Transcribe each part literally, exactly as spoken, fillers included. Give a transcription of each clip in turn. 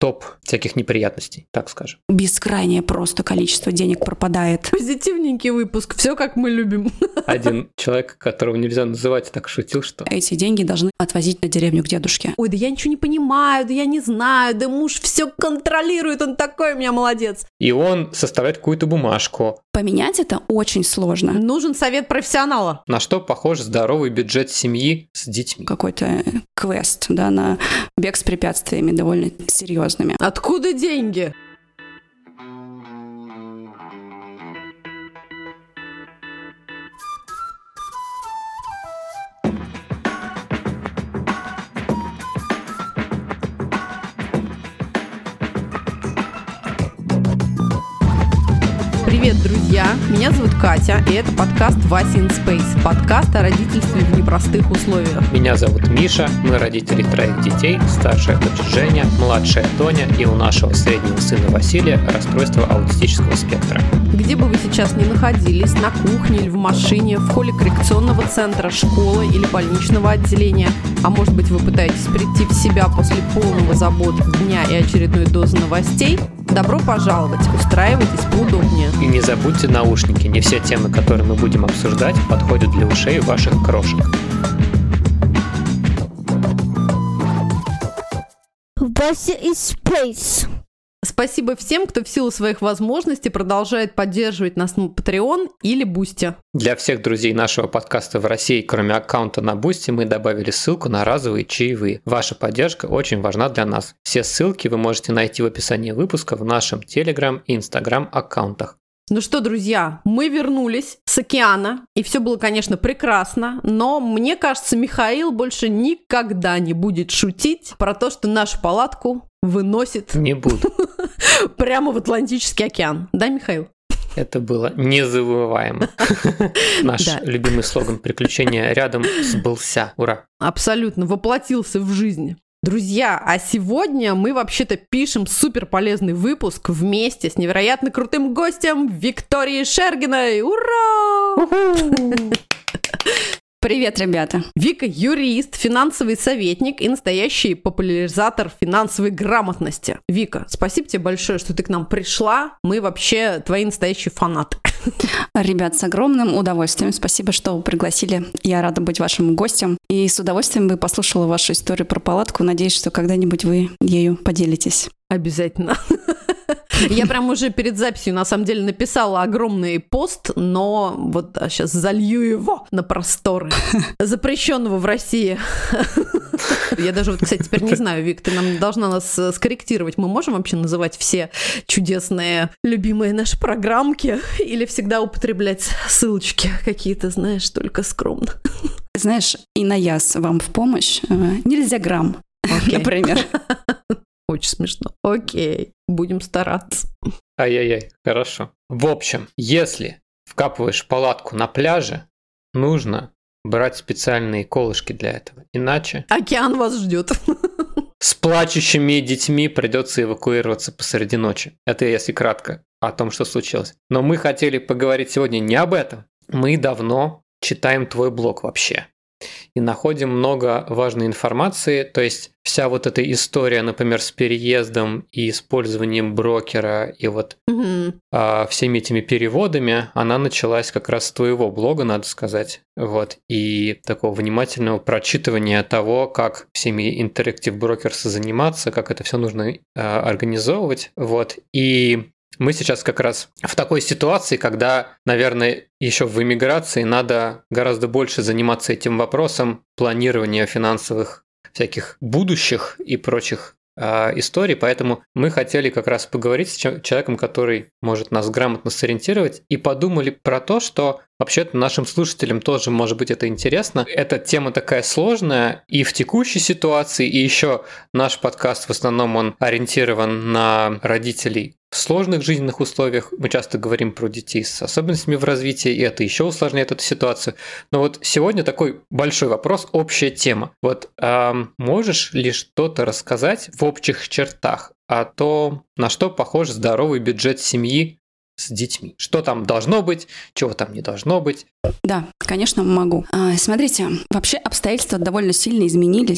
топ всяких неприятностей, так скажем. Бескрайнее просто количество денег пропадает. Позитивненький выпуск, все как мы любим. Один человек, которого нельзя называть, так шутил, что... Эти деньги должны отвозить на деревню к дедушке. Ой, да я ничего не понимаю, да я не знаю, да муж все контролирует, он такой у меня молодец. И он составляет какую-то бумажку. Поменять это очень сложно. Нужен совет профессионала. На что похож здоровый бюджет семьи с детьми? Какой-то квест, да, на бег с препятствиями довольно серьезными. Откуда деньги? Привет, друзья! Меня зовут Катя, и это подкаст «Вася in Space», подкаст о родительстве в непростых условиях. Меня зовут Миша, мы родители троих детей, старшая дочь Женя, младшая Тоня, и у нашего среднего сына Василия расстройство аутистического спектра. Где бы вы сейчас ни находились, на кухне или в машине, в холле коррекционного центра, школы или больничного отделения, а может быть вы пытаетесь прийти в себя после полного забот дня и очередной дозы новостей, добро пожаловать, устраивайтесь поудобнее. И не забудьте наушники, не все темы, которые мы будем обсуждать, подходят для ушей ваших крошек. Вася in Space. Спасибо всем, кто в силу своих возможностей продолжает поддерживать нас на Patreon или Boosty. Для всех друзей нашего подкаста в России, кроме аккаунта на Boosty, мы добавили ссылку на разовые чаевые. Ваша поддержка очень важна для нас. Все ссылки вы можете найти в описании выпуска в нашем Telegram и Instagram аккаунтах. Ну что, друзья, мы вернулись с океана, и все было, конечно, прекрасно, но мне кажется, Михаил больше никогда не будет шутить про то, что нашу палатку выносит... Не буду. Прямо в Атлантический океан. Да, Михаил? Это было незабываемо. Наш любимый слоган «Приключения рядом» сбылся. Ура! Абсолютно, воплотился в жизнь. Друзья, а сегодня мы вообще-то пишем супер полезный выпуск вместе с невероятно крутым гостем Викторией Шергиной. Ура! Привет, ребята! Вика – юрист, финансовый советник и настоящий популяризатор финансовой грамотности. Вика, спасибо тебе большое, что ты к нам пришла. Мы вообще твои настоящие фанаты. Ребят, с огромным удовольствием. Спасибо, что пригласили. Я рада быть вашим гостем. И с удовольствием бы послушала вашу историю про палатку. Надеюсь, что когда-нибудь вы ею поделитесь. Обязательно. Я прям уже перед записью, на самом деле, написала огромный пост, но вот сейчас залью его на просторы запрещенного в России. Я даже вот, кстати, теперь не знаю, Вик, ты нам должна нас скорректировать. Мы можем вообще называть все чудесные, любимые наши программки или всегда употреблять ссылочки какие-то, знаешь, только скромно? Знаешь, и на яс вам в помощь. Нельзя грамм, okay. Например. Очень смешно. Окей, будем стараться. Ай-яй-яй, хорошо. В общем, если вкапываешь палатку на пляже, нужно брать специальные колышки для этого. Иначе... Океан вас ждет. С плачущими детьми придется эвакуироваться посреди ночи. Это если кратко о том, что случилось. Но мы хотели поговорить сегодня не об этом. Мы давно читаем твой блог вообще. И находим много важной информации, то есть вся вот эта история, например, с переездом и использованием брокера и вот mm-hmm. а, всеми этими переводами, она началась как раз с твоего блога, надо сказать, вот, и такого внимательного прочитывания того, как всеми Interactive Brokers заниматься, как это все нужно а, организовывать, вот, и мы сейчас как раз в такой ситуации, когда, наверное, еще в эмиграции надо гораздо больше заниматься этим вопросом планирования финансовых всяких будущих и прочих э, историй, поэтому мы хотели как раз поговорить с человеком, который может нас грамотно сориентировать, и подумали про то, что вообще-то нашим слушателям тоже, может быть, это интересно. Эта тема такая сложная и в текущей ситуации, и еще наш подкаст в основном он ориентирован на родителей в сложных жизненных условиях. Мы часто говорим про детей с особенностями в развитии, и это еще усложняет эту ситуацию. Но вот сегодня такой большой вопрос, общая тема. Вот эм, можешь ли что-то рассказать в общих чертах о том, на что похож здоровый бюджет семьи с детьми? Что там должно быть, чего там не должно быть? Да, конечно, могу. А, смотрите, вообще обстоятельства довольно сильно изменились в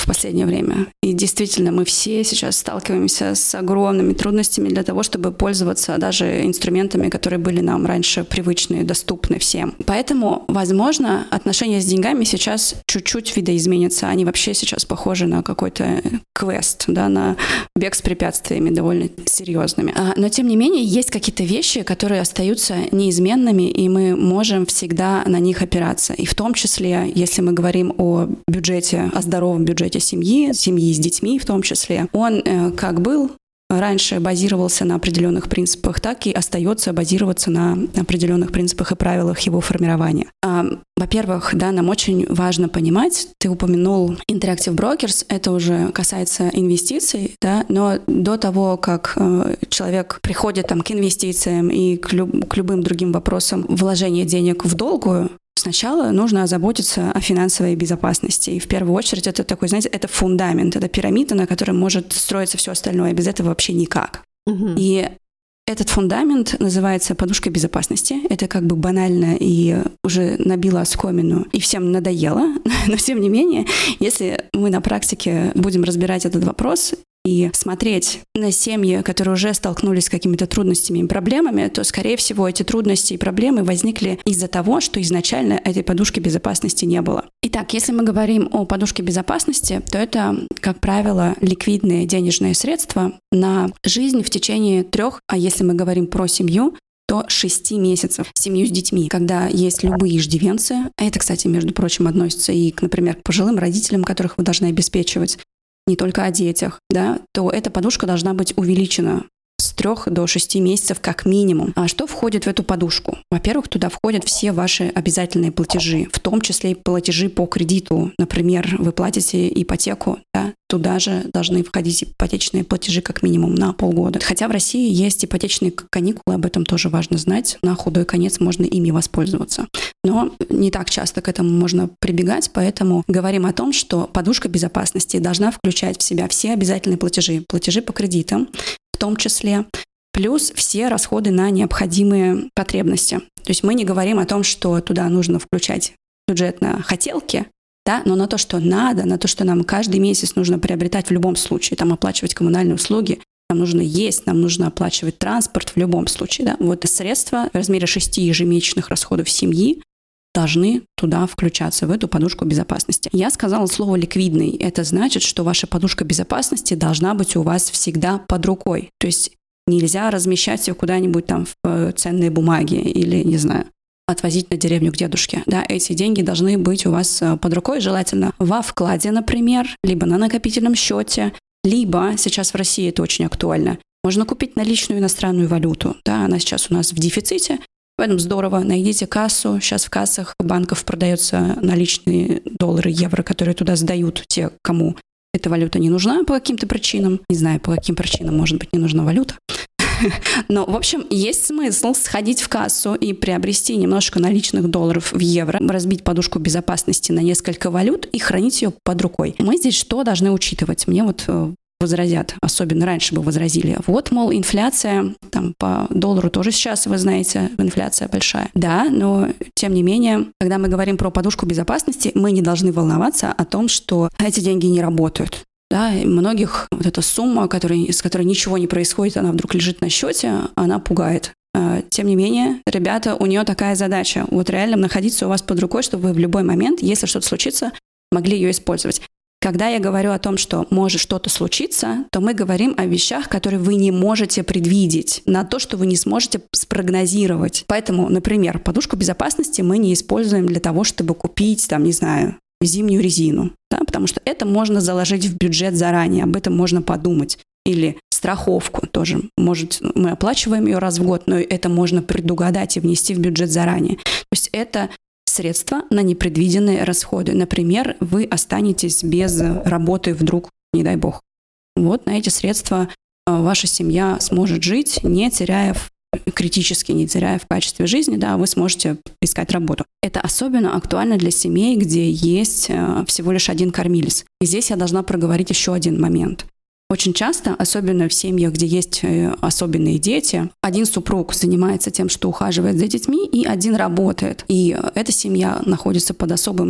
последнее время. И действительно, мы все сейчас сталкиваемся с огромными трудностями для того, чтобы пользоваться даже инструментами, которые были нам раньше привычны, доступны всем. Поэтому, возможно, отношения с деньгами сейчас чуть-чуть видоизменятся. Они вообще сейчас похожи на какой-то квест, да, на бег с препятствиями довольно серьезными. Но, тем не менее, есть какие-то вещи, которые остаются неизменными, и мы можем всегда на них опираться. И в том числе, если мы говорим о бюджете, о здоровом бюджете семьи, семьи с детьми в том числе, он э, как был раньше базировался на определенных принципах, так и остается базироваться на определенных принципах и правилах его формирования. А, во-первых, да, нам очень важно понимать, ты упомянул Interactive Brokers, это уже касается инвестиций, да, но до того, как э, человек приходит там, к инвестициям и к, люб- к любым другим вопросам вложения денег в долгую, сначала нужно озаботиться о финансовой безопасности. И в первую очередь это такой, знаете, это фундамент, это пирамида, на которой может строиться все остальное. Без этого вообще никак. Угу. И этот фундамент называется подушкой безопасности. Это как бы банально и уже набило оскомину, и всем надоело. Но тем не менее, если мы на практике будем разбирать этот вопрос и смотреть на семьи, которые уже столкнулись с какими-то трудностями и проблемами, то, скорее всего, эти трудности и проблемы возникли из-за того, что изначально этой подушки безопасности не было. Итак, если мы говорим о подушке безопасности, то это, как правило, ликвидные денежные средства на жизнь в течение трех, а если мы говорим про семью, то шести месяцев. Семью с детьми, когда есть любые иждивенцы, а это, кстати, между прочим, относится и, например, к пожилым родителям, которых вы должны обеспечивать, не только о детях, да, то эта подушка должна быть увеличена с трех до шести месяцев как минимум. А что входит в эту подушку? Во-первых, туда входят все ваши обязательные платежи, в том числе и платежи по кредиту. Например, вы платите ипотеку, да, туда же должны входить ипотечные платежи как минимум на полгода. Хотя в России есть ипотечные каникулы, об этом тоже важно знать. На худой конец можно ими воспользоваться. Но не так часто к этому можно прибегать, поэтому говорим о том, что подушка безопасности должна включать в себя все обязательные платежи, платежи по кредитам, в том числе, плюс все расходы на необходимые потребности. То есть мы не говорим о том, что туда нужно включать бюджет на хотелки, да, но на то, что надо, на то, что нам каждый месяц нужно приобретать в любом случае, там оплачивать коммунальные услуги, нам нужно есть, нам нужно оплачивать транспорт в любом случае. Да. Вот средства в размере шести ежемесячных расходов семьи должны туда включаться, в эту подушку безопасности. Я сказала слово «ликвидный». Это значит, что ваша подушка безопасности должна быть у вас всегда под рукой. То есть нельзя размещать ее куда-нибудь там в ценные бумаги или, не знаю, отвозить на деревню к дедушке. Да, эти деньги должны быть у вас под рукой, желательно во вкладе, например, либо на накопительном счете, либо, сейчас в России это очень актуально, можно купить наличную иностранную валюту. Да, она сейчас у нас в дефиците. В этом здорово. Найдите кассу. Сейчас в кассах банков продаются наличные доллары, евро, которые туда сдают те, кому эта валюта не нужна по каким-то причинам. Не знаю, по каким причинам, может быть, не нужна валюта. Но, в общем, есть смысл сходить в кассу и приобрести немножко наличных долларов в евро, разбить подушку безопасности на несколько валют и хранить ее под рукой. Мы здесь что должны учитывать? Мне вот возразят, особенно раньше бы возразили. Вот, мол, инфляция, там по доллару тоже сейчас, вы знаете, инфляция большая. Да, но тем не менее, когда мы говорим про подушку безопасности, мы не должны волноваться о том, что эти деньги не работают. Да, и многих вот эта сумма, которая, с которой ничего не происходит, она вдруг лежит на счете, она пугает. Тем не менее, ребята, у нее такая задача. Вот реально находиться у вас под рукой, чтобы вы в любой момент, если что-то случится, могли ее использовать. Когда я говорю о том, что может что-то случиться, то мы говорим о вещах, которые вы не можете предвидеть, на то, что вы не сможете спрогнозировать. Поэтому, например, подушку безопасности мы не используем для того, чтобы купить, там, не знаю, зимнюю резину, да, потому что это можно заложить в бюджет заранее, об этом можно подумать. Или страховку тоже. Может, мы оплачиваем ее раз в год, но это можно предугадать и внести в бюджет заранее. То есть это средства на непредвиденные расходы. Например, вы останетесь без работы вдруг, не дай бог. Вот на эти средства ваша семья сможет жить, не теряя, критически не теряя в качестве жизни, да, вы сможете искать работу. Это особенно актуально для семей, где есть всего лишь один кормилец. И здесь я должна проговорить еще один момент. Очень часто, особенно в семьях, где есть особенные дети, один супруг занимается тем, что ухаживает за детьми, и один работает. И эта семья находится под особым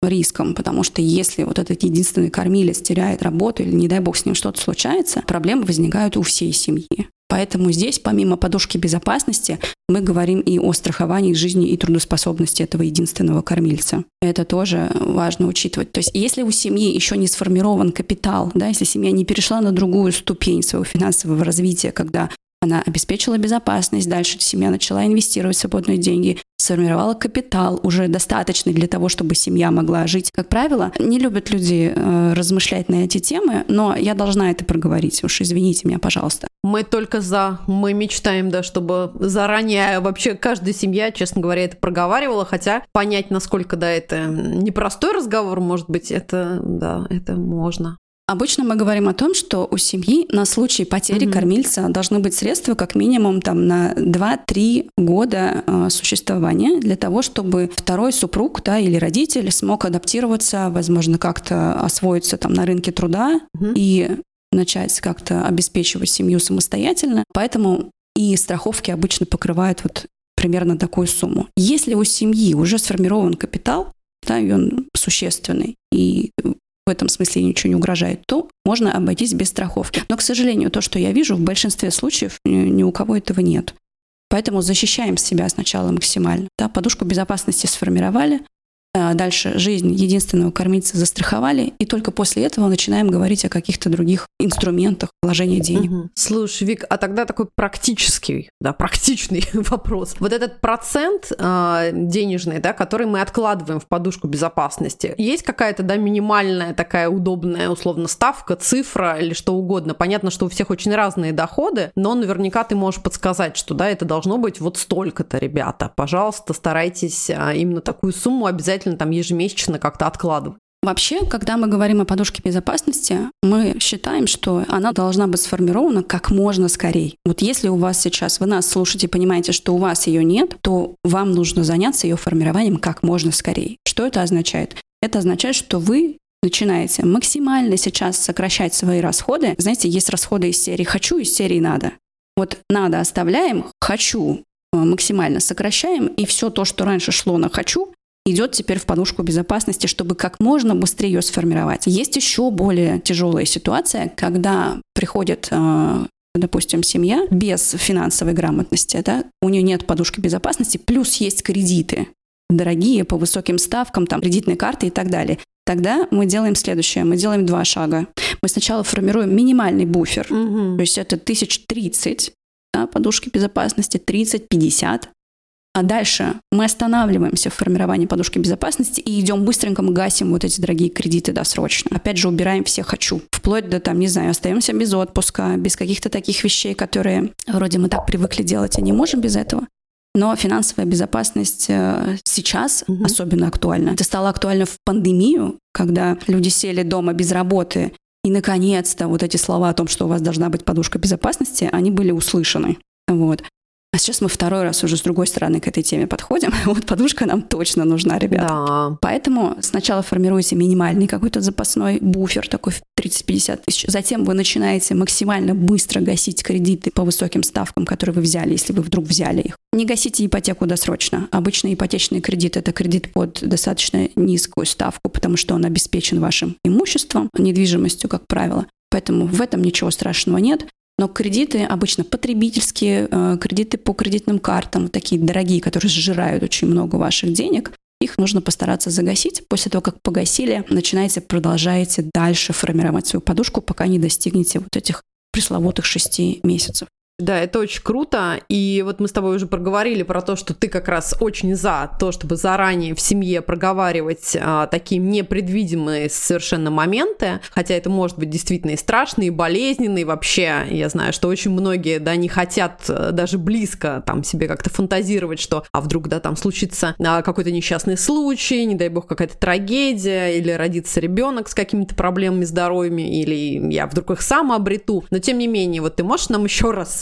риском, потому что если вот этот единственный кормилец теряет работу или, не дай бог, с ним что-то случается, проблемы возникают у всей семьи. Поэтому здесь, помимо подушки безопасности, мы говорим и о страховании жизни и трудоспособности этого единственного кормильца. Это тоже важно учитывать. То есть если у семьи еще не сформирован капитал, да, если семья не перешла на другую ступень своего финансового развития, когда она обеспечила безопасность, дальше семья начала инвестировать в свободные деньги, сформировала капитал уже достаточный для того, чтобы семья могла жить. Как правило, не любят люди э, размышлять на эти темы, но я должна это проговорить. Уж извините меня, пожалуйста. Мы только за. Мы мечтаем, да, чтобы заранее вообще каждая семья, честно говоря, это проговаривала, хотя понять, насколько, да, это непростой разговор, может быть, это, да, это можно. Обычно мы говорим о том, что у семьи на случай потери mm-hmm. кормильца должны быть средства как минимум там, на два-три года э, существования для того, чтобы второй супруг, да, или родитель смог адаптироваться, возможно, как-то освоиться там, на рынке труда mm-hmm. и начать как-то обеспечивать семью самостоятельно. Поэтому и страховки обычно покрывают вот примерно такую сумму. Если у семьи уже сформирован капитал, да, и он существенный, и в этом смысле ничего не угрожает, то можно обойтись без страховки. Но, к сожалению, то, что я вижу, в большинстве случаев ни у кого этого нет. Поэтому защищаем себя сначала максимально. Да, подушку безопасности сформировали, дальше жизнь единственного кормильца застраховали, и только после этого начинаем говорить о каких-то других инструментах вложения денег. Угу. Слушай, Вик, а тогда такой практический, да, практичный вопрос. Вот этот процент э, денежный, да, который мы откладываем в подушку безопасности, есть какая-то, да, минимальная такая удобная, условно, ставка, цифра или что угодно? Понятно, что у всех очень разные доходы, но наверняка ты можешь подсказать, что, да, это должно быть вот столько-то, ребята. Пожалуйста, старайтесь э, именно такую сумму обязательно там ежемесячно как-то откладывать. Вообще, когда мы говорим о подушке безопасности, мы считаем, что она должна быть сформирована как можно скорее. Вот если у вас сейчас, вы нас слушаете и понимаете, что у вас ее нет, то вам нужно заняться ее формированием как можно скорее. Что это означает? Это означает, что вы начинаете максимально сейчас сокращать свои расходы. Знаете, есть расходы из серии «хочу», из серии «надо». Вот «надо» оставляем, «хочу» максимально сокращаем, и все то, что раньше шло на «хочу», идет теперь в подушку безопасности, чтобы как можно быстрее ее сформировать. Есть еще более тяжелая ситуация, когда приходит, допустим, семья без финансовой грамотности, да, у нее нет подушки безопасности, плюс есть кредиты дорогие, по высоким ставкам, там, кредитные карты и так далее. Тогда мы делаем следующее. Мы делаем два шага. Мы сначала формируем минимальный буфер, угу. то есть это тысяч тридцать, да, подушки безопасности, тридцать-пятьдесят. А дальше мы останавливаемся в формировании подушки безопасности и идем быстренько, мы гасим вот эти дорогие кредиты досрочно. Опять же, убираем все «хочу». Вплоть до, там, не знаю, остаемся без отпуска, без каких-то таких вещей, которые вроде мы так привыкли делать, а не можем без этого. Но финансовая безопасность сейчас угу. особенно актуальна. Это стало актуально в пандемию, когда люди сели дома без работы, и, наконец-то, вот эти слова о том, что у вас должна быть подушка безопасности, они были услышаны. Вот. А сейчас мы второй раз уже с другой стороны к этой теме подходим. Вот подушка нам точно нужна, ребята. Да. Поэтому сначала формируете минимальный какой-то запасной буфер, такой тридцать-пятьдесят тысяч. Затем вы начинаете максимально быстро гасить кредиты по высоким ставкам, которые вы взяли, если вы вдруг взяли их. Не гасите ипотеку досрочно. Обычно ипотечный кредит – это кредит под достаточно низкую ставку, потому что он обеспечен вашим имуществом, недвижимостью, как правило. Поэтому в этом ничего страшного нет. Но кредиты обычно потребительские, кредиты по кредитным картам, такие дорогие, которые сжирают очень много ваших денег, их нужно постараться загасить. После того, как погасили, начинаете, продолжаете дальше формировать свою подушку, пока не достигнете вот этих пресловутых шести месяцев. Да, это очень круто. И вот мы с тобой уже проговорили про то, что ты как раз очень за то, чтобы заранее в семье проговаривать а, такие непредвидимые совершенно моменты. Хотя это может быть действительно и страшно, и болезненно, и вообще, я знаю, что очень многие, да, не хотят даже близко там себе как-то фантазировать, что а вдруг, да, там случится а, какой-то несчастный случай, не дай бог какая-то трагедия, или родится ребенок с какими-то проблемами здоровья, или я вдруг их сам обрету. Но тем не менее, вот ты можешь нам еще раз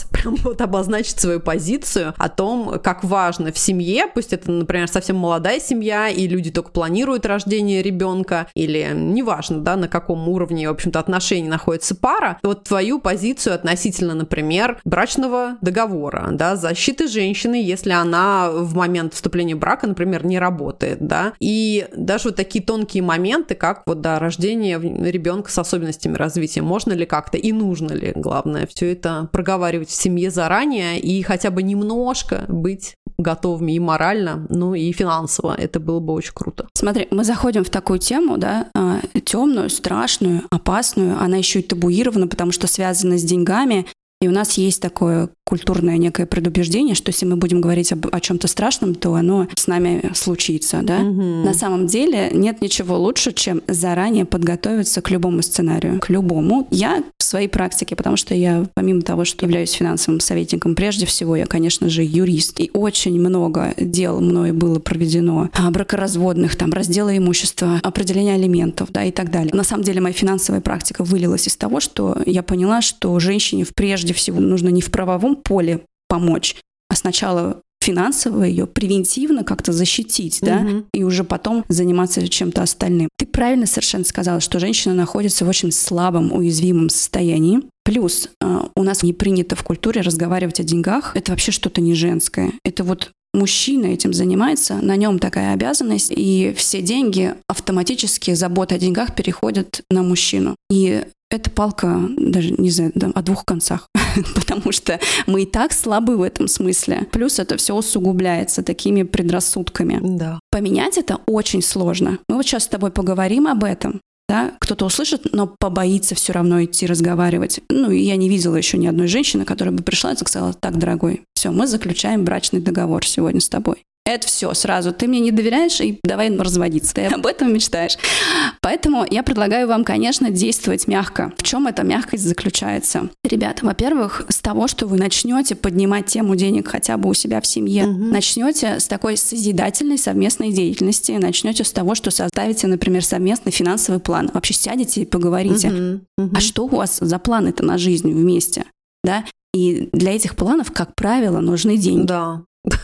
раз прям вот обозначить свою позицию о том, как важно в семье, пусть это, например, совсем молодая семья, и люди только планируют рождение ребенка, или неважно, да, на каком уровне, в общем-то, отношений находится пара, вот твою позицию относительно, например, брачного договора, да, защиты женщины, если она в момент вступления в брака, например, не работает, да, и даже вот такие тонкие моменты, как вот, да, рождение ребенка с особенностями развития, можно ли как-то и нужно ли, главное, все это проговаривать в семье заранее и хотя бы немножко быть готовыми и морально, ну и финансово. Это было бы очень круто. Смотри, мы заходим в такую тему, да, темную, страшную, опасную. Она еще и табуирована, потому что связана с деньгами. И у нас есть такое культурное некое предубеждение, что если мы будем говорить об, о чем-то страшном, то оно с нами случится, да? Угу. На самом деле нет ничего лучше, чем заранее подготовиться к любому сценарию, к любому. Я в своей практике, потому что я, помимо того, что являюсь финансовым советником, прежде всего, я, конечно же, юрист, и очень много дел мною было проведено, бракоразводных, там, раздела имущества, определения алиментов, да, и так далее. На самом деле моя финансовая практика вылилась из того, что я поняла, что женщине прежде всего нужно не в правовом поле помочь, а сначала финансово ее превентивно как-то защитить, да, mm-hmm. и уже потом заниматься чем-то остальным. Ты правильно совершенно сказала, что женщина находится в очень слабом, уязвимом состоянии. Плюс у нас не принято в культуре разговаривать о деньгах. Это вообще что-то не женское. Это вот мужчина этим занимается, на нем такая обязанность, и все деньги автоматически, забота о деньгах переходят на мужчину. И эта палка, даже не знаю, о двух концах, потому что мы и так слабы в этом смысле. Плюс это все усугубляется такими предрассудками. Да. Поменять это очень сложно. Мы вот сейчас с тобой поговорим об этом. Да? Кто-то услышит, но побоится все равно идти разговаривать. Ну, и я не видела еще ни одной женщины, которая бы пришла и сказала: так, дорогой, все, мы заключаем брачный договор сегодня с тобой. Это все сразу. Ты мне не доверяешь, и давай разводиться. Ты об этом мечтаешь. Поэтому я предлагаю вам, конечно, действовать мягко. В чем эта мягкость заключается? Ребята, во-первых, с того, что вы начнете поднимать тему денег хотя бы у себя в семье, угу. начнете с такой созидательной совместной деятельности, начнете с того, что составите, например, совместный финансовый план. Вообще сядете и поговорите. Угу. Угу. А что у вас за планы-то на жизнь вместе? Да? И для этих планов, как правило, нужны деньги. Да.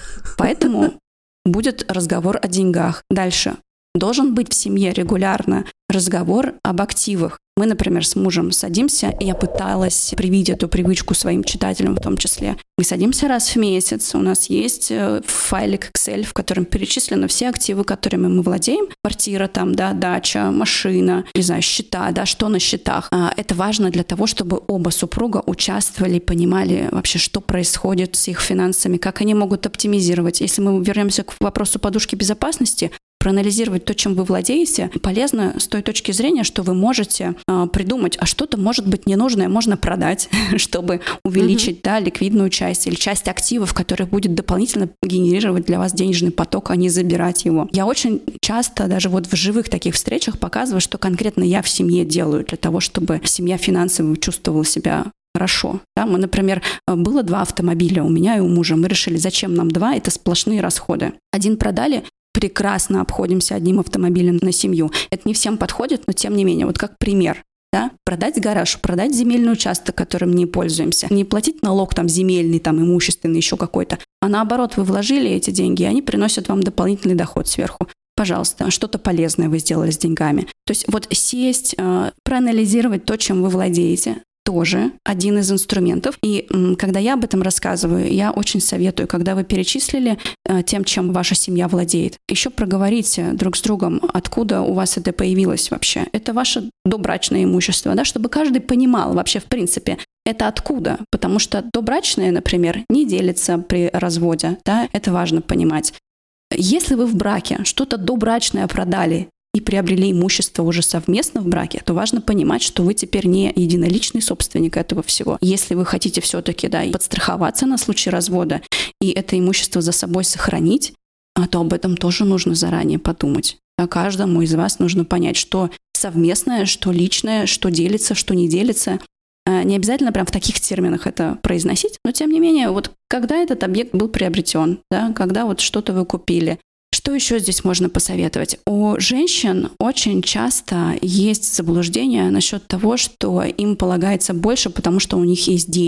Поэтому будет разговор о деньгах. Дальше. Должен быть в семье регулярно разговор об активах. Мы, например, с мужем садимся, и я пыталась привить эту привычку своим читателям в том числе. Мы садимся раз в месяц, у нас есть файлик Excel, в котором перечислены все активы, которыми мы владеем. Квартира там, да, дача, машина, не знаю, счета, да, что на счетах. Это важно для того, чтобы оба супруга участвовали, понимали вообще, что происходит с их финансами, как они могут оптимизировать. Если мы вернемся к вопросу подушки безопасности, проанализировать то, чем вы владеете, полезно с той точки зрения, что вы можете э, придумать, а что-то, может быть, ненужное можно продать, чтобы увеличить, mm-hmm. да, ликвидную часть или часть активов, которая будет дополнительно генерировать для вас денежный поток, а не забирать его. Я очень часто даже вот в живых таких встречах показываю, что конкретно я в семье делаю для того, чтобы семья финансово чувствовала себя хорошо. Да? Мы, например, было два автомобиля у меня и у мужа. Мы решили, зачем нам два, это сплошные расходы. Один продали, прекрасно обходимся одним автомобилем на семью. Это не всем подходит, но тем не менее, вот как пример. Да? Продать гараж, продать земельный участок, которым не пользуемся, не платить налог там земельный, там имущественный, еще какой-то, а наоборот, вы вложили эти деньги, и они приносят вам дополнительный доход сверху. Пожалуйста, что-то полезное вы сделали с деньгами. То есть вот сесть, проанализировать то, чем вы владеете, тоже один из инструментов. И м, когда я об этом рассказываю, я очень советую, когда вы перечислили э, тем, чем ваша семья владеет, еще проговорите друг с другом, откуда у вас это появилось вообще. Это ваше добрачное имущество, да, чтобы каждый понимал вообще в принципе, это откуда. Потому что добрачное, например, не делится при разводе. Да, это важно понимать. Если вы в браке что-то добрачное продали и приобрели имущество уже совместно в браке, то важно понимать, что вы теперь не единоличный собственник этого всего. Если вы хотите все-таки, да, подстраховаться на случай развода и это имущество за собой сохранить, то об этом тоже нужно заранее подумать. А каждому из вас нужно понять, что совместное, что личное, что делится, что не делится. Не обязательно прям в таких терминах это произносить, но тем не менее, вот когда этот объект был приобретен, да, когда вот что-то вы купили. Что еще здесь можно посоветовать? У женщин очень часто есть заблуждение насчет того, что им полагается больше, потому что у них есть дети.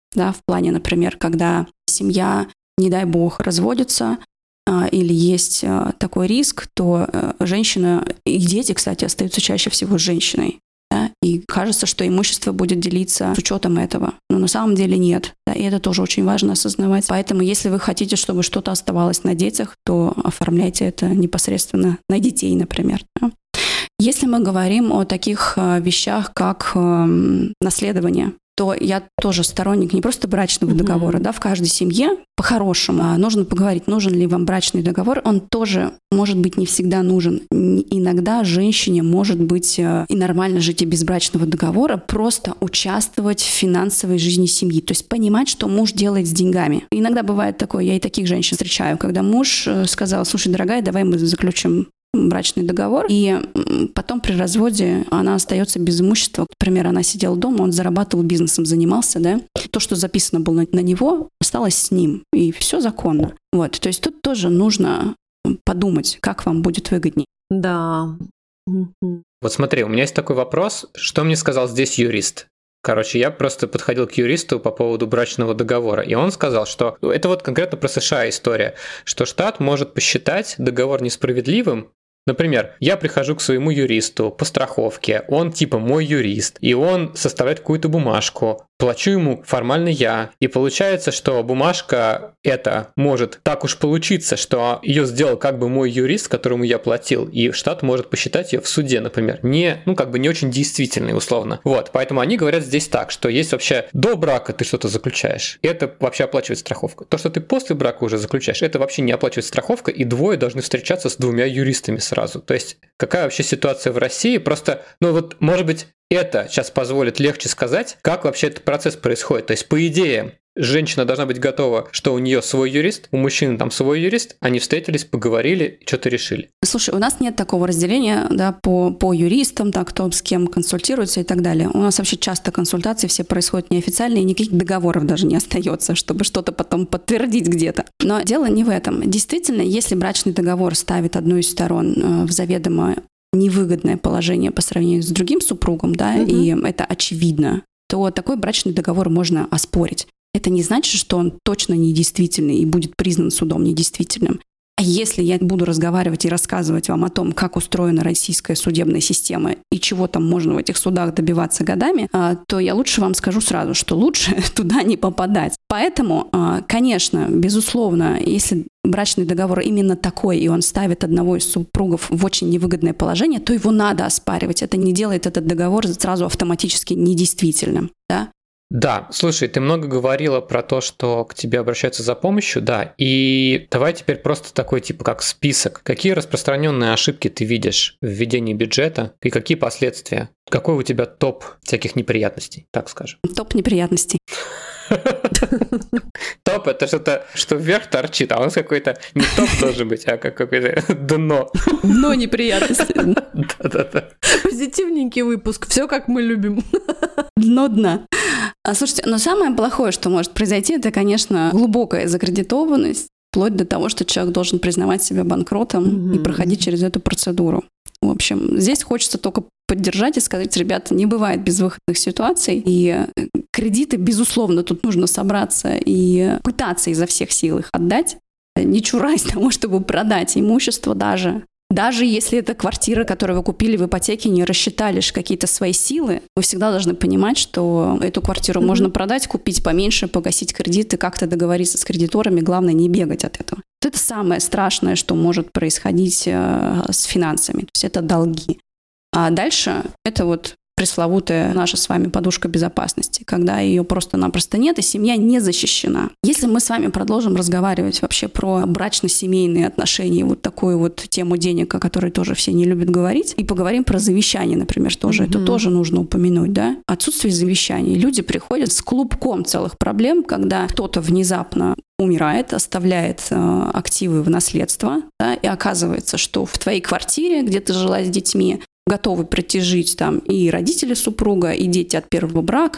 да, в плане, например, когда семья, не дай бог, разводится, или есть такой риск, то женщина и дети, кстати, остаются чаще всего с женщиной. Да? И кажется, что имущество будет делиться с учетом этого. Но на самом деле нет. Да? И это тоже очень важно осознавать. Поэтому, если вы хотите, чтобы что-то оставалось на детях, то оформляйте это непосредственно на детей, например. Да? Если мы говорим о таких вещах, как наследование, то я тоже сторонник не просто брачного mm-hmm. договора, да, в каждой семье по-хорошему а нужно поговорить, нужен ли вам брачный договор. Он тоже, может быть, не всегда нужен. Иногда женщине может быть и нормально жить и без брачного договора, просто участвовать в финансовой жизни семьи, то есть понимать, что муж делает с деньгами. Иногда бывает такое, я и таких женщин встречаю, когда муж сказал: слушай, дорогая, давай мы заключим брачный договор, и потом при разводе она остается без имущества. Например, она сидела дома, он зарабатывал, бизнесом занимался, да. То, что записано было на него, осталось с ним, и все законно. Вот, то есть тут тоже нужно подумать, как вам будет выгоднее. Да. Вот смотри, у меня есть такой вопрос, что мне сказал здесь юрист? Короче, я просто подходил к юристу по поводу брачного договора, и он сказал, что это вот конкретно про США история, что штат может посчитать договор несправедливым. Например, я прихожу к своему юристу по страховке, он типа мой юрист, и он составляет какую-то бумажку, плачу ему формально я, и получается, что бумажка эта может так уж получиться, что ее сделал как бы мой юрист, которому я платил, и штат может посчитать ее в суде, например, не, ну как бы не очень действительной условно. Вот, поэтому они говорят здесь так, что есть вообще до брака ты что-то заключаешь, это вообще оплачивает страховка. То, что ты после брака уже заключаешь, это вообще не оплачивает страховка, и двое должны встречаться с двумя юристами сразу. То есть какая вообще ситуация в России? Просто, ну вот, может быть, это сейчас позволит легче сказать, как вообще этот процесс происходит. То есть, по идее, женщина должна быть готова, что у нее свой юрист, у мужчины там свой юрист, они встретились, поговорили, что-то решили. Слушай, у нас нет такого разделения, да, по, по юристам, так, кто с кем консультируется и так далее. У нас вообще часто консультации все происходят неофициально, и никаких договоров даже не остается, чтобы что-то потом подтвердить где-то. Но дело не в этом. Действительно, если брачный договор ставит одну из сторон в заведомо невыгодное положение по сравнению с другим супругом, да, угу. и это очевидно, то такой брачный договор можно оспорить. Это не значит, что он точно недействительный и будет признан судом недействительным. А если я буду разговаривать и рассказывать вам о том, как устроена российская судебная система и чего там можно в этих судах добиваться годами, то я лучше вам скажу сразу, что лучше туда не попадать. Поэтому, конечно, безусловно, если брачный договор именно такой, и он ставит одного из супругов в очень невыгодное положение, то его надо оспаривать. Это не делает этот договор сразу автоматически недействительным, да? Да, слушай, ты много говорила про то, что к тебе обращаются за помощью, да, и давай теперь просто такой типа как список. Какие распространенные ошибки ты видишь в введении бюджета и какие последствия? Какой у тебя топ всяких неприятностей, так скажем? Топ неприятностей. Топ — это что-то, что вверх торчит, а у нас какой-то не топ должен быть, а какое-то дно. Дно неприятностей. Да-да-да. Позитивненький выпуск, все как мы любим. Дно дна. А, слушайте, но самое плохое, что может произойти, это, конечно, глубокая закредитованность, вплоть до того, что человек должен признавать себя банкротом mm-hmm. и проходить через эту процедуру. В общем, здесь хочется только поддержать и сказать: ребята, не бывает безвыходных ситуаций, и кредиты, безусловно, тут нужно собраться и пытаться изо всех сил их отдать, не чураясь того, чтобы продать имущество даже. Даже если это квартира, которую вы купили в ипотеке, не рассчитали какие-то свои силы, вы всегда должны понимать, что эту квартиру mm-hmm. можно продать, купить поменьше, погасить кредиты, как-то договориться с кредиторами, главное не бегать от этого. Это самое страшное, что может происходить с финансами, то есть это долги. А дальше это вот пресловутая наша с вами подушка безопасности, когда ее просто-напросто нет, и семья не защищена. Если мы с вами продолжим разговаривать вообще про брачно-семейные отношения, вот такую вот тему денег, о которой тоже все не любят говорить, и поговорим про завещание, например, тоже, mm-hmm. это тоже нужно упомянуть, да? Отсутствие завещаний. Люди приходят с клубком целых проблем, когда кто-то внезапно умирает, оставляет э, активы в наследство, да, и оказывается, что в твоей квартире, где ты жила с детьми, готовы притяжить там и родители супруга, и дети от первого брака,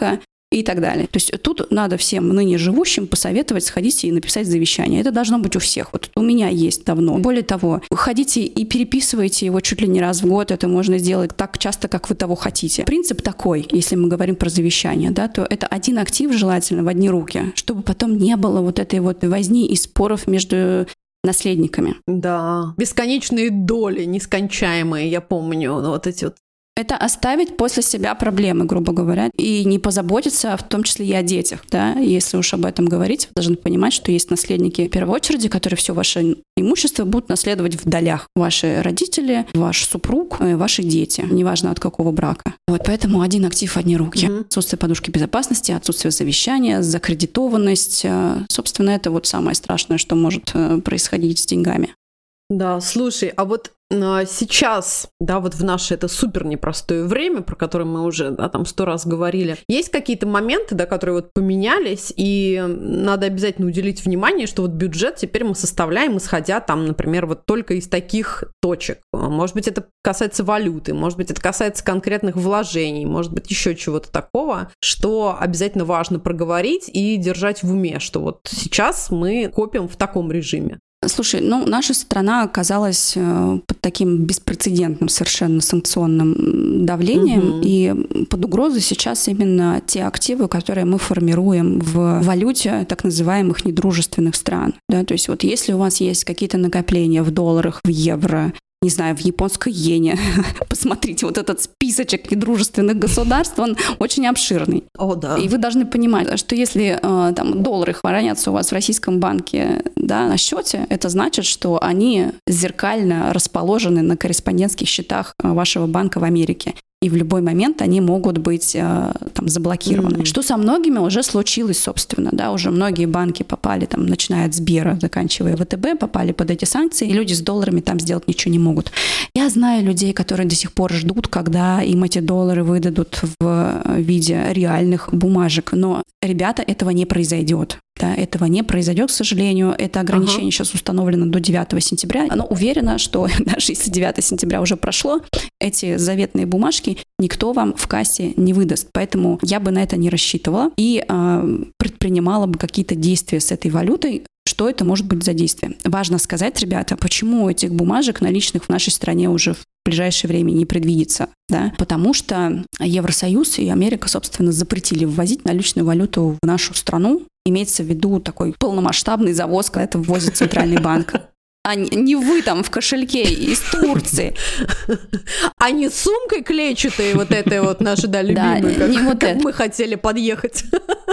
и так далее. То есть тут надо всем ныне живущим посоветовать сходить и написать завещание. Это должно быть у всех. Вот у меня есть давно. Более того, ходите и переписывайте его чуть ли не раз в год. Это можно сделать так часто, как вы того хотите. Принцип такой, если мы говорим про завещание, да, то это один актив желательно в одни руки, чтобы потом не было вот этой вот возни и споров между наследниками. Да, бесконечные доли, нескончаемые, я помню, вот эти вот. Это оставить после себя проблемы, грубо говоря, и не позаботиться, в том числе и о детях. Да? Если уж об этом говорить, вы должны понимать, что есть наследники в первой очереди, которые все ваше имущество будут наследовать в долях. Ваши родители, ваш супруг, ваши дети, неважно от какого брака. Вот поэтому один актив, одни руки. Mm-hmm. Отсутствие подушки безопасности, отсутствие завещания, закредитованность. Собственно, это вот самое страшное, что может происходить с деньгами. Да, слушай, а вот а, сейчас, да, вот в наше это супер непростое время, про которое мы уже, да, там сто раз говорили, есть какие-то моменты, да, которые вот поменялись, и надо обязательно уделить внимание, что вот бюджет теперь мы составляем, исходя там, например, вот только из таких точек. Может быть, это касается валюты, может быть, это касается конкретных вложений, может быть, еще чего-то такого, что обязательно важно проговорить и держать в уме, что вот сейчас мы копим в таком режиме. Слушай, ну, наша страна оказалась под таким беспрецедентным совершенно санкционным давлением, угу. и под угрозой сейчас именно те активы, которые мы формируем в валюте так называемых недружественных стран. Да? То есть вот если у вас есть какие-то накопления в долларах, в евро, не знаю, в японской иене. Посмотрите, вот этот списочек недружественных государств, он очень обширный. О, да. И вы должны понимать, что если э, там доллары хранятся у вас в российском банке, да, на счете, это значит, что они зеркально расположены на корреспондентских счетах вашего банка в Америке. И в любой момент они могут быть э, там, заблокированы. Mm-hmm. Что со многими уже случилось, собственно. Да? Уже многие банки попали, там, начиная от Сбера, заканчивая ВТБ, попали под эти санкции, и люди с долларами там сделать ничего не могут. Я знаю людей, которые до сих пор ждут, когда им эти доллары выдадут в виде реальных бумажек. Но, ребята, этого не произойдет. Да, этого не произойдет, к сожалению. Это ограничение ага. сейчас установлено до девятого сентября. Оно уверено, что даже если девятого сентября уже прошло, эти заветные бумажки никто вам в кассе не выдаст. Поэтому я бы на это не рассчитывала и э, предпринимала бы какие-то действия с этой валютой. Что это может быть за действие? Важно сказать, ребята, почему этих бумажек наличных в нашей стране уже в ближайшее время не предвидится. Да? Потому что Евросоюз и Америка, собственно, запретили ввозить наличную валюту в нашу страну. Имеется в виду такой полномасштабный завоз, когда это ввозит Центральный банк. А не вы там в кошельке из Турции. А не с сумкой клетчатой вот этой вот нашей, да, любимой, да, как, не вот как мы хотели подъехать.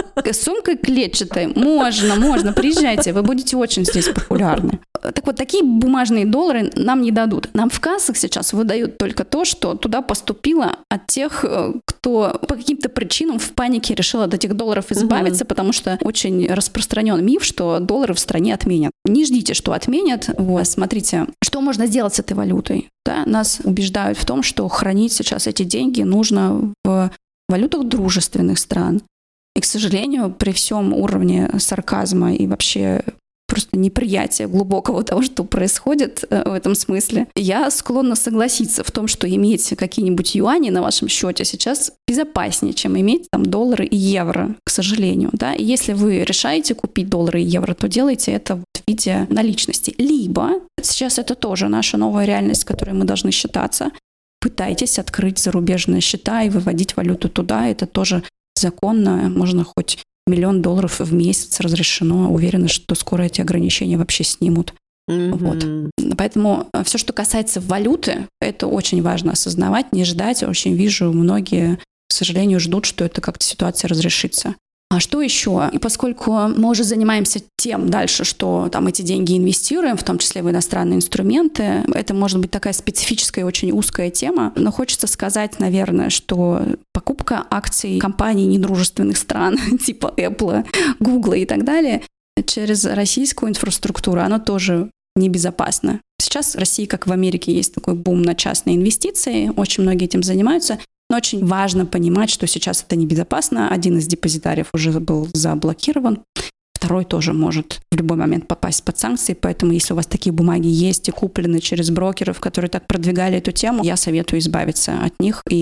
С сумкой клетчатой можно, можно, приезжайте, вы будете очень здесь популярны. Так вот, такие бумажные доллары нам не дадут. Нам в кассах сейчас выдают только то, что туда поступило от тех, кто по каким-то причинам в панике решил от этих долларов избавиться, угу. потому что очень распространен миф, что доллары в стране отменят. Не ждите, что отменят. Вот, смотрите, что можно сделать с этой валютой. Да? Нас убеждают в том, что хранить сейчас эти деньги нужно в валютах дружественных стран. И, к сожалению, при всем уровне сарказма и вообще просто неприятия глубокого того, что происходит в этом смысле, я склонна согласиться в том, что иметь какие-нибудь юани на вашем счете сейчас безопаснее, чем иметь там доллары и евро, к сожалению. Да? И если вы решаете купить доллары и евро, то делайте это в виде наличности. Либо, сейчас это тоже наша новая реальность, с которой мы должны считаться, пытайтесь открыть зарубежные счета и выводить валюту туда. Это тоже законно, можно хоть миллион долларов в месяц разрешено. Уверена, что скоро эти ограничения вообще снимут. Mm-hmm. Вот. Поэтому все, что касается валюты, это очень важно осознавать, не ждать. Очень вижу, многие, к сожалению, ждут, что это как-то ситуация разрешится. А что еще? И поскольку мы уже занимаемся тем дальше, что там эти деньги инвестируем, в том числе в иностранные инструменты, это может быть такая специфическая и очень узкая тема, но хочется сказать, наверное, что покупка акций компаний недружественных стран, типа Apple, Google и так далее, через российскую инфраструктуру, она тоже небезопасна. Сейчас в России, как в Америке, есть такой бум на частные инвестиции, очень многие этим занимаются. Но очень важно понимать, что сейчас это небезопасно. Один из депозитариев уже был заблокирован, второй тоже может в любой момент попасть под санкции. Поэтому если у вас такие бумаги есть и куплены через брокеров, которые так продвигали эту тему, я советую избавиться от них. И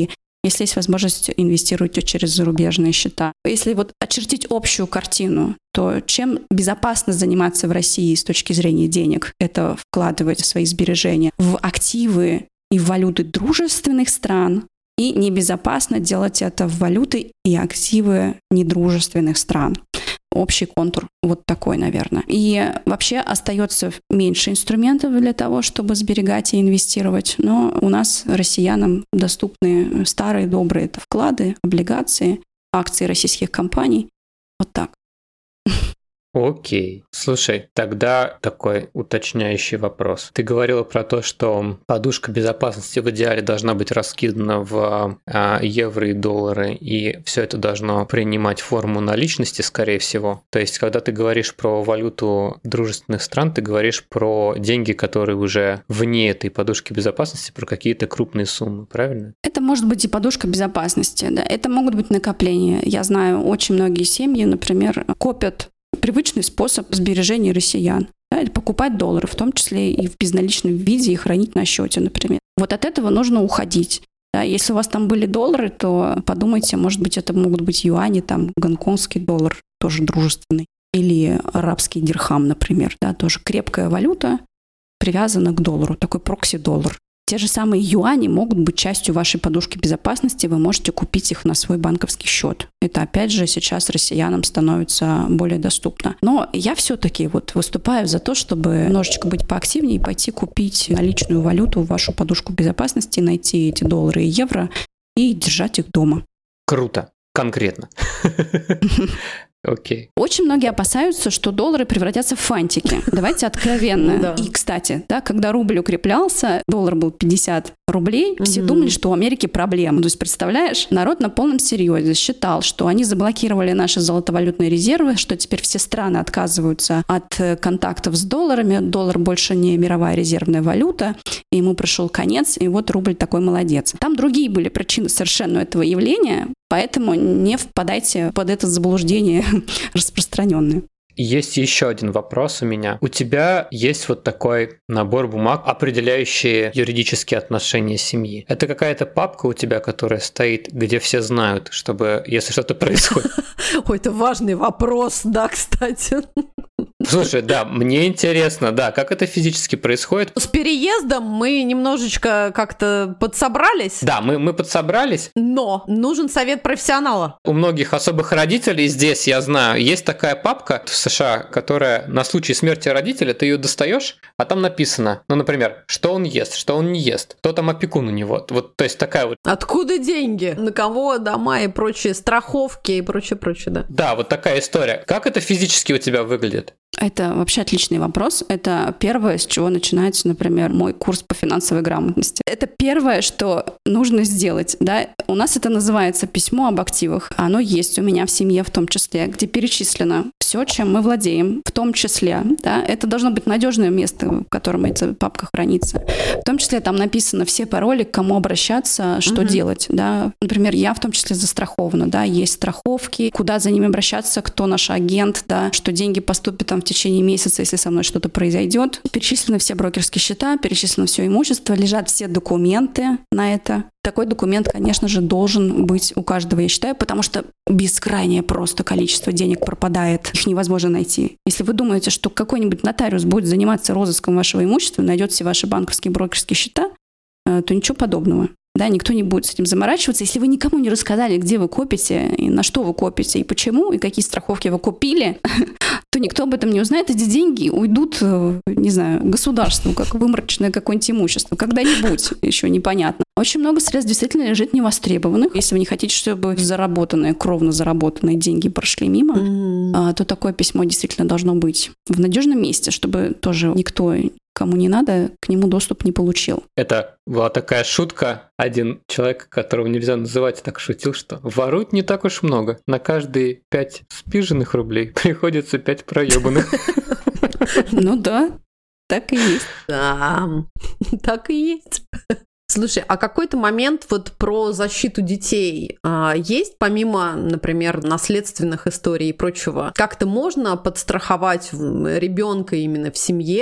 Если есть возможность, инвестируйте через зарубежные счета. Если вот очертить общую картину, то чем безопасно заниматься в России с точки зрения денег? Это вкладывать свои сбережения в активы и в валюты дружественных стран, и небезопасно делать это в валюты и активы недружественных стран. Общий контур вот такой, наверное. И вообще остается меньше инструментов для того, чтобы сберегать и инвестировать. Но у нас, россиянам, доступны старые добрые это вклады, облигации, акции российских компаний. Вот так. Окей. Слушай, тогда такой уточняющий вопрос. Ты говорила про то, что подушка безопасности в идеале должна быть раскидана в а, евро и доллары, и все это должно принимать форму наличности, скорее всего. То есть, когда ты говоришь про валюту дружественных стран, ты говоришь про деньги, которые уже вне этой подушки безопасности, про какие-то крупные суммы, правильно? Это может быть и подушка безопасности, да. Это могут быть накопления. Я знаю, очень многие семьи, например, копят привычный способ сбережения россиян. Да, покупать доллары, в том числе и в безналичном виде, и хранить на счете, например. Вот от этого нужно уходить. Да, если у вас там были доллары, то подумайте, может быть, это могут быть юани, там, гонконгский доллар, тоже дружественный, или арабский дирхам, например. Да, тоже крепкая валюта, привязана к доллару, такой прокси-доллар. Те же самые юани могут быть частью вашей подушки безопасности, вы можете купить их на свой банковский счет. Это, опять же, сейчас россиянам становится более доступно. Но я все-таки вот выступаю за то, чтобы немножечко быть поактивнее и пойти купить наличную валюту в вашу подушку безопасности, найти эти доллары и евро и держать их дома. Круто. Конкретно. Окей. Очень многие опасаются, что доллары превратятся в фантики. Давайте откровенно. Да. И, кстати, да, когда рубль укреплялся, доллар был пятьдесят рублей, угу. Все думали, что у Америки проблемы. То есть, представляешь, народ на полном серьезе считал, что они заблокировали наши золотовалютные резервы, что теперь все страны отказываются от контактов с долларами, доллар больше не мировая резервная валюта, и ему пришел конец, и вот рубль такой молодец. Там другие были причины совершенно этого явления, поэтому не впадайте под это заблуждение распространенное. Есть еще один вопрос у меня. У тебя есть вот такой набор бумаг, определяющие юридические отношения семьи. Это какая-то папка у тебя, которая стоит, где все знают, чтобы, если что-то происходит? Ой, это важный вопрос, да, кстати. Слушай, да, мне интересно, да, как это физически происходит. С переездом мы немножечко как-то подсобрались. Да, мы, мы подсобрались. Но нужен совет профессионала. У многих особых родителей здесь, я знаю, есть такая папка в США, которая на случай смерти родителя, ты ее достаешь, а там написано, ну, например, что он ест, что он не ест, кто там опекун у него. Вот, то есть такая вот. Откуда деньги? На кого дома и прочие страховки и прочее, прочее, да. Да, вот такая история. Как это физически у тебя выглядит? Это вообще отличный вопрос. Это первое, с чего начинается, например, мой курс по финансовой грамотности. Это первое, что нужно сделать. Да? У нас это называется письмо об активах. Оно есть у меня в семье в том числе, где перечислено все, чем мы владеем, в том числе. Да? Это должно быть надежное место, в котором эта папка хранится. В том числе там написано все пароли, к кому обращаться, что mm-hmm. делать. Да? Например, я в том числе застрахована. Да? Есть страховки, куда за ними обращаться, кто наш агент, да? Что деньги поступят там в течение месяца, если со мной что-то произойдет. Перечислены все брокерские счета, перечислено все имущество, лежат все документы на это. Такой документ, конечно же, должен быть у каждого, я считаю, потому что бескрайнее просто количество денег пропадает. Их невозможно найти. Если вы думаете, что какой-нибудь нотариус будет заниматься розыском вашего имущества, найдет все ваши банковские брокерские счета, то ничего подобного. Да, никто не будет с этим заморачиваться. Если вы никому не рассказали, где вы копите, и на что вы копите, и почему, и какие страховки вы купили, то никто об этом не узнает. Эти деньги уйдут, не знаю, государству, как выморочное какое-нибудь имущество. Когда-нибудь, еще непонятно. Очень много средств действительно лежит невостребованных. Если вы не хотите, чтобы заработанные, кровно заработанные деньги прошли мимо, mm. то такое письмо действительно должно быть в надежном месте, чтобы тоже никто, кому не надо, к нему доступ не получил. Это была такая шутка. Один человек, которого нельзя называть, так шутил, что воруют не так уж много. На каждые пять спиженных рублей приходится пять проебанных. Ну да, так и есть. Да, так и есть. Слушай, а какой-то момент вот про защиту детей а, есть, помимо, например, наследственных историй и прочего? Как-то можно подстраховать ребенка именно в семье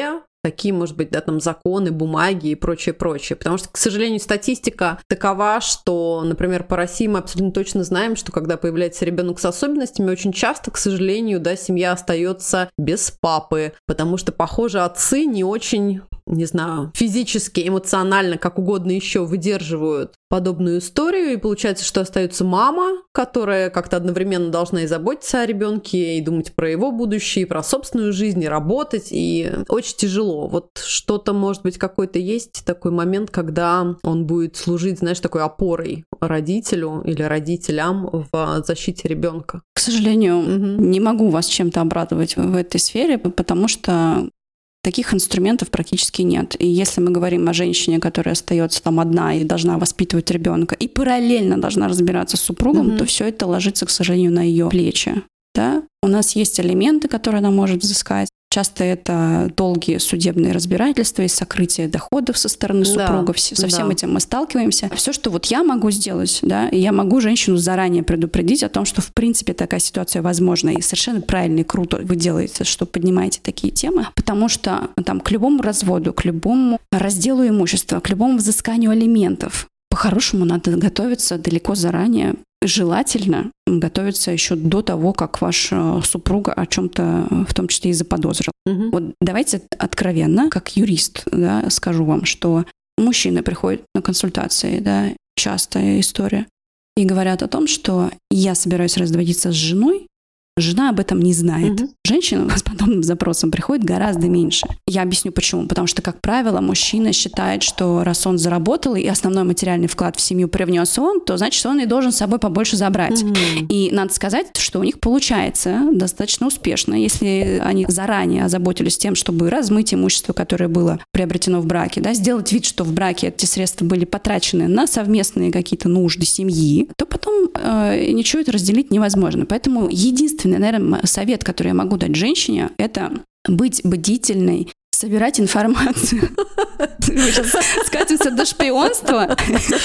какие, может быть, да, там законы, бумаги и прочее, прочее. Потому что, к сожалению, статистика такова, что, например, по России мы абсолютно точно знаем, что когда появляется ребенок с особенностями, очень часто, к сожалению, да, семья остается без папы, потому что, похоже, отцы не очень, не знаю, физически, эмоционально, как угодно еще выдерживают подобную историю, и получается, что остается мама, которая как-то одновременно должна и заботиться о ребенке, и думать про его будущее, и про собственную жизнь, и работать, и очень тяжело. Вот что-то, может быть, какой-то есть такой момент, когда он будет служить, знаешь, такой опорой родителю или родителям в защите ребенка. К сожалению, Угу. не могу вас чем-то обрадовать в этой сфере, потому что таких инструментов практически нет. И если мы говорим о женщине, которая остается там одна и должна воспитывать ребенка, и параллельно должна разбираться с супругом, Мгм. то все это ложится, к сожалению, на ее плечи. Да? У нас есть элементы, которые она может взыскать. Часто это долгие судебные разбирательства и сокрытие доходов со стороны Да, супругов. Со да. всем этим мы сталкиваемся. Все, что вот я могу сделать, да, я могу женщину заранее предупредить о том, что в принципе такая ситуация возможна. И совершенно правильно и круто вы делаете, что поднимаете такие темы, потому что там к любому разводу, к любому разделу имущества, к любому взысканию алиментов по-хорошему надо готовиться далеко заранее. Желательно готовиться еще до того, как ваш э, супруг о чем-то в том числе и заподозрил. Угу. Вот давайте откровенно, как юрист, да, скажу вам, что мужчины приходят на консультации, да, частая история, и говорят о том, что я собираюсь разводиться с женой, жена об этом не знает. Мгм. Женщина с подобным запросом приходит гораздо меньше. Я объясню почему. Потому что, как правило, мужчина считает, что раз он заработал и основной материальный вклад в семью привнес он, то значит, он и должен с собой побольше забрать. Мгм. И надо сказать, что у них получается достаточно успешно, если они заранее озаботились тем, чтобы размыть имущество, которое было приобретено в браке, да, сделать вид, что в браке эти средства были потрачены на совместные какие-то нужды семьи, то потом э, ничего это разделить невозможно. Поэтому единственный, наверное, совет, который я могу дать женщине, это быть бдительной, собирать информацию. Мы сейчас скатимся до шпионства.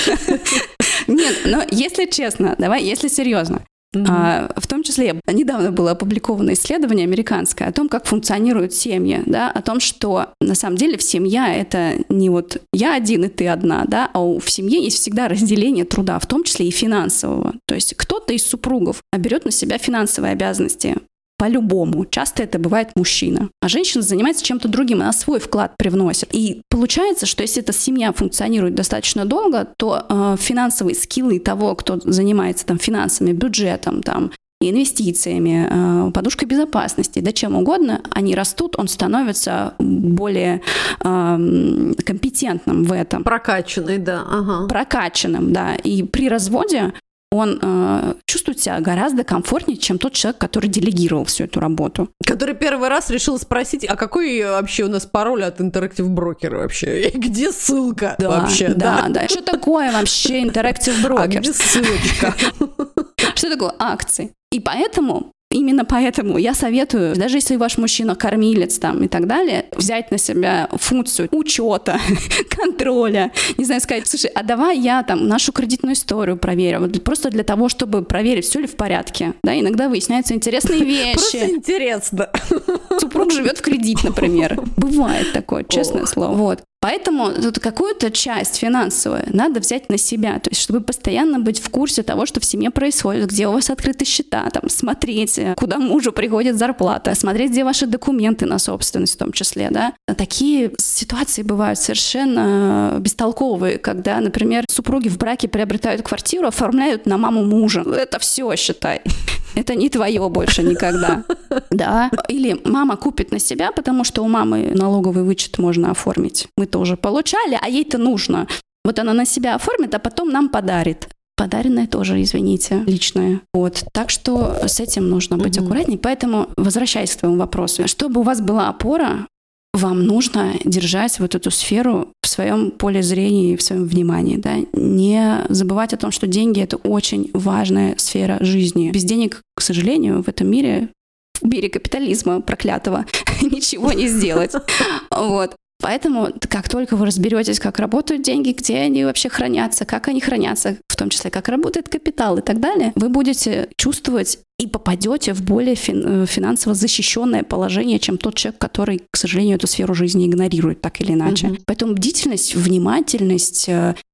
Нет, но если честно, давай, если серьезно, Мгм. а, в том числе недавно было опубликовано исследование американское о том, как функционируют семьи, да, о том, что на самом деле в семья это не вот я один и ты одна, да, а у- в семье есть всегда разделение труда, в том числе и финансового. То есть кто-то из супругов берет на себя финансовые обязанности. По-любому. Часто это бывает мужчина. А женщина занимается чем-то другим, она свой вклад привносит. И получается, что если эта семья функционирует достаточно долго, то э, финансовые скиллы того, кто занимается там, финансами, бюджетом, там, инвестициями, э, подушкой безопасности, да чем угодно, они растут, он становится более э, компетентным в этом, Прокачанный, да. Ага. прокачанным, да. И при разводе он э, чувствует себя гораздо комфортнее, чем тот человек, который делегировал всю эту работу. Который первый раз решил спросить, а какой вообще у нас пароль от Interactive Broker вообще? И где ссылка вообще? да, да. Что такое вообще Interactive А Brokers? где ссылочка? Что такое акции? И поэтому, именно поэтому я советую, даже если ваш мужчина кормилец там и так далее, взять на себя функцию учета, контроля, не знаю, сказать, слушай, а давай я там нашу кредитную историю проверю, вот просто для того, чтобы проверить, все ли в порядке. Да, иногда выясняются интересные Просто вещи. интересно. Супруг живет в кредит, например. Бывает такое, честное слово. Вот. Поэтому тут какую-то часть финансовую надо взять на себя, то есть чтобы постоянно быть в курсе того, что в семье происходит, где у вас открыты счета, там, смотреть, куда мужу приходит зарплата, смотреть, где ваши документы на собственность в том числе, да. Такие ситуации бывают совершенно бестолковые, когда, например, супруги в браке приобретают квартиру, оформляют на маму мужа. Это все, считай. Это не твое больше никогда. Да. Или мама купит на себя, потому что у мамы налоговый вычет можно оформить. Мы-то уже получали, а ей-то нужно. Вот она на себя оформит, а потом нам подарит. Подаренное тоже, извините, личное. Вот. Так что с этим нужно быть Мгм. аккуратней. Поэтому, возвращаясь к твоему вопросу, чтобы у вас была опора, вам нужно держать вот эту сферу в своем поле зрения и в своем внимании. Да? Не забывать о том, что деньги — это очень важная сфера жизни. Без денег, к сожалению, в этом мире, в мире капитализма проклятого, ничего не сделать. Вот. Поэтому, как только вы разберетесь, как работают деньги, где они вообще хранятся, как они хранятся, в том числе, как работает капитал и так далее, вы будете чувствовать и попадете в более фин- финансово защищенное положение, чем тот человек, который, к сожалению, эту сферу жизни игнорирует так или иначе. Mm-hmm. Поэтому бдительность, внимательность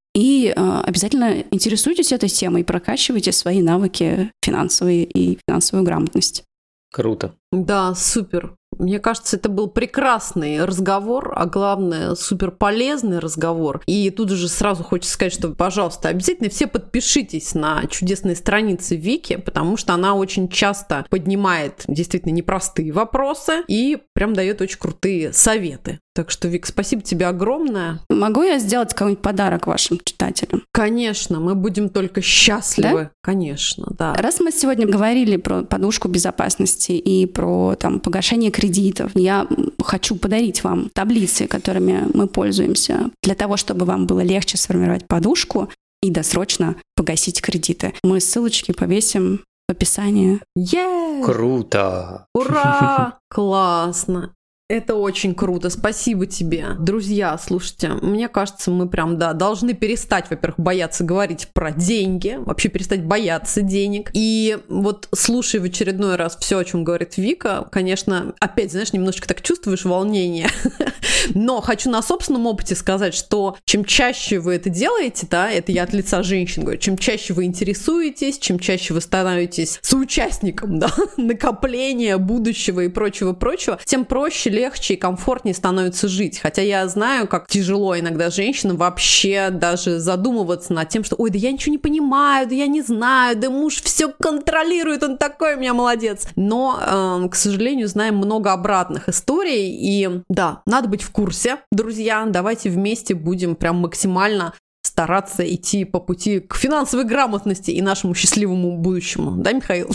и э, обязательно интересуйтесь этой темой и прокачивайте свои навыки финансовые и финансовую грамотность. Круто. Да, супер. Мне кажется, это был прекрасный разговор, а главное, супер полезный разговор. И тут же сразу хочется сказать, что, пожалуйста, обязательно все подпишитесь на чудесные страницы Вики, потому что она очень часто поднимает действительно непростые вопросы и прям дает очень крутые советы. Так что, Вик, спасибо тебе огромное. Могу я сделать какой-нибудь подарок вашим читателям? Конечно, мы будем только счастливы. Да? Конечно, да. Раз мы сегодня говорили про подушку безопасности и про там, погашение кредитов, я хочу подарить вам таблицы, которыми мы пользуемся, для того, чтобы вам было легче сформировать подушку и досрочно погасить кредиты. Мы ссылочки повесим в описании. Yeah! Круто! Ура! Классно! Это очень круто, спасибо тебе. Друзья, слушайте, мне кажется, мы прям, да, должны перестать, во-первых, бояться говорить про деньги, вообще перестать бояться денег. И вот слушая в очередной раз все, о чем говорит Вика, конечно, опять, знаешь, немножечко так чувствуешь волнение. Но хочу на собственном опыте сказать, что чем чаще вы это делаете, да, это я от лица женщин говорю, чем чаще вы интересуетесь, чем чаще вы становитесь соучастником, да, накопления будущего и прочего-прочего, тем проще, легче и комфортнее становится жить. Хотя я знаю, как тяжело иногда женщинам вообще даже задумываться над тем, что ой, да я ничего не понимаю, да я не знаю, да муж все контролирует, он такой у меня молодец. Но, э, к сожалению, знаем много обратных историй. И да, надо быть в курсе, друзья. Давайте вместе будем прям максимально стараться идти по пути к финансовой грамотности и нашему счастливому будущему. Да, Михаил?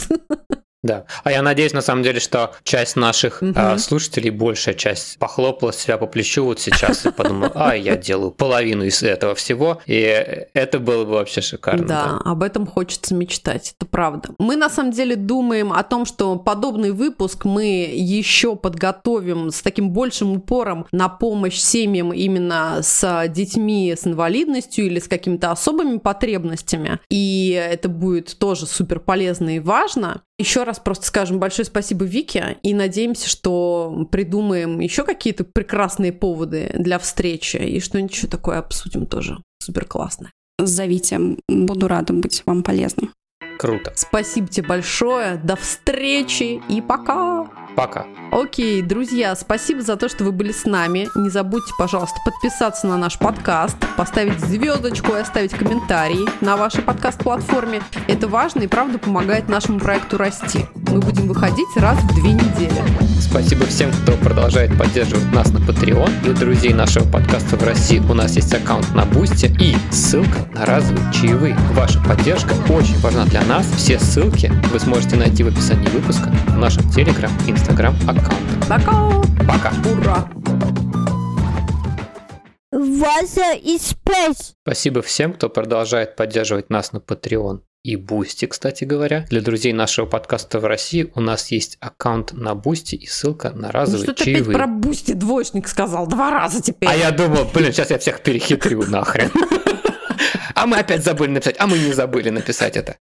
Да. А я надеюсь, на самом деле, что часть наших угу. э, слушателей, большая часть, похлопала себя по плечу вот сейчас и подумала, а, я делаю половину из этого всего, и это было бы вообще шикарно. Да, да, об этом хочется мечтать, это правда. Мы, на самом деле, думаем о том, что подобный выпуск мы еще подготовим с таким большим упором на помощь семьям именно с детьми с инвалидностью или с какими-то особыми потребностями, и это будет тоже супер полезно и важно. Еще раз просто скажем большое спасибо Вике и надеемся, что придумаем еще какие-то прекрасные поводы для встречи и что-нибудь еще такое обсудим тоже. Супер классно. Зовите, буду рада быть вам полезным. Круто. Спасибо тебе большое, до встречи и пока! Пока. Окей, друзья, спасибо за то, что вы были с нами. Не забудьте, пожалуйста, подписаться на наш подкаст, поставить звездочку и оставить комментарий на вашей подкаст-платформе. Это важно и правда помогает нашему проекту расти. Мы будем выходить раз в две недели. Спасибо всем, кто продолжает поддерживать нас на Patreon. Для друзей нашего подкаста в России у нас есть аккаунт на Boosty и ссылка на разовые чаевые. Ваша поддержка очень важна для нас. Все ссылки вы сможете найти в описании выпуска в нашем Telegram и Instagram аккаунте. Пока! Пока! Ура! Water is space. Спасибо всем, кто продолжает поддерживать нас на Patreon и Boosty, кстати говоря. Для друзей нашего подкаста в России у нас есть аккаунт на Boosty и ссылка на разовые ну, что чаевые. Что ты опять про Boosty двоечник сказал? Два раза теперь. А я думал, блин, сейчас я всех перехитрю нахрен. А мы опять забыли написать, а мы не забыли написать это.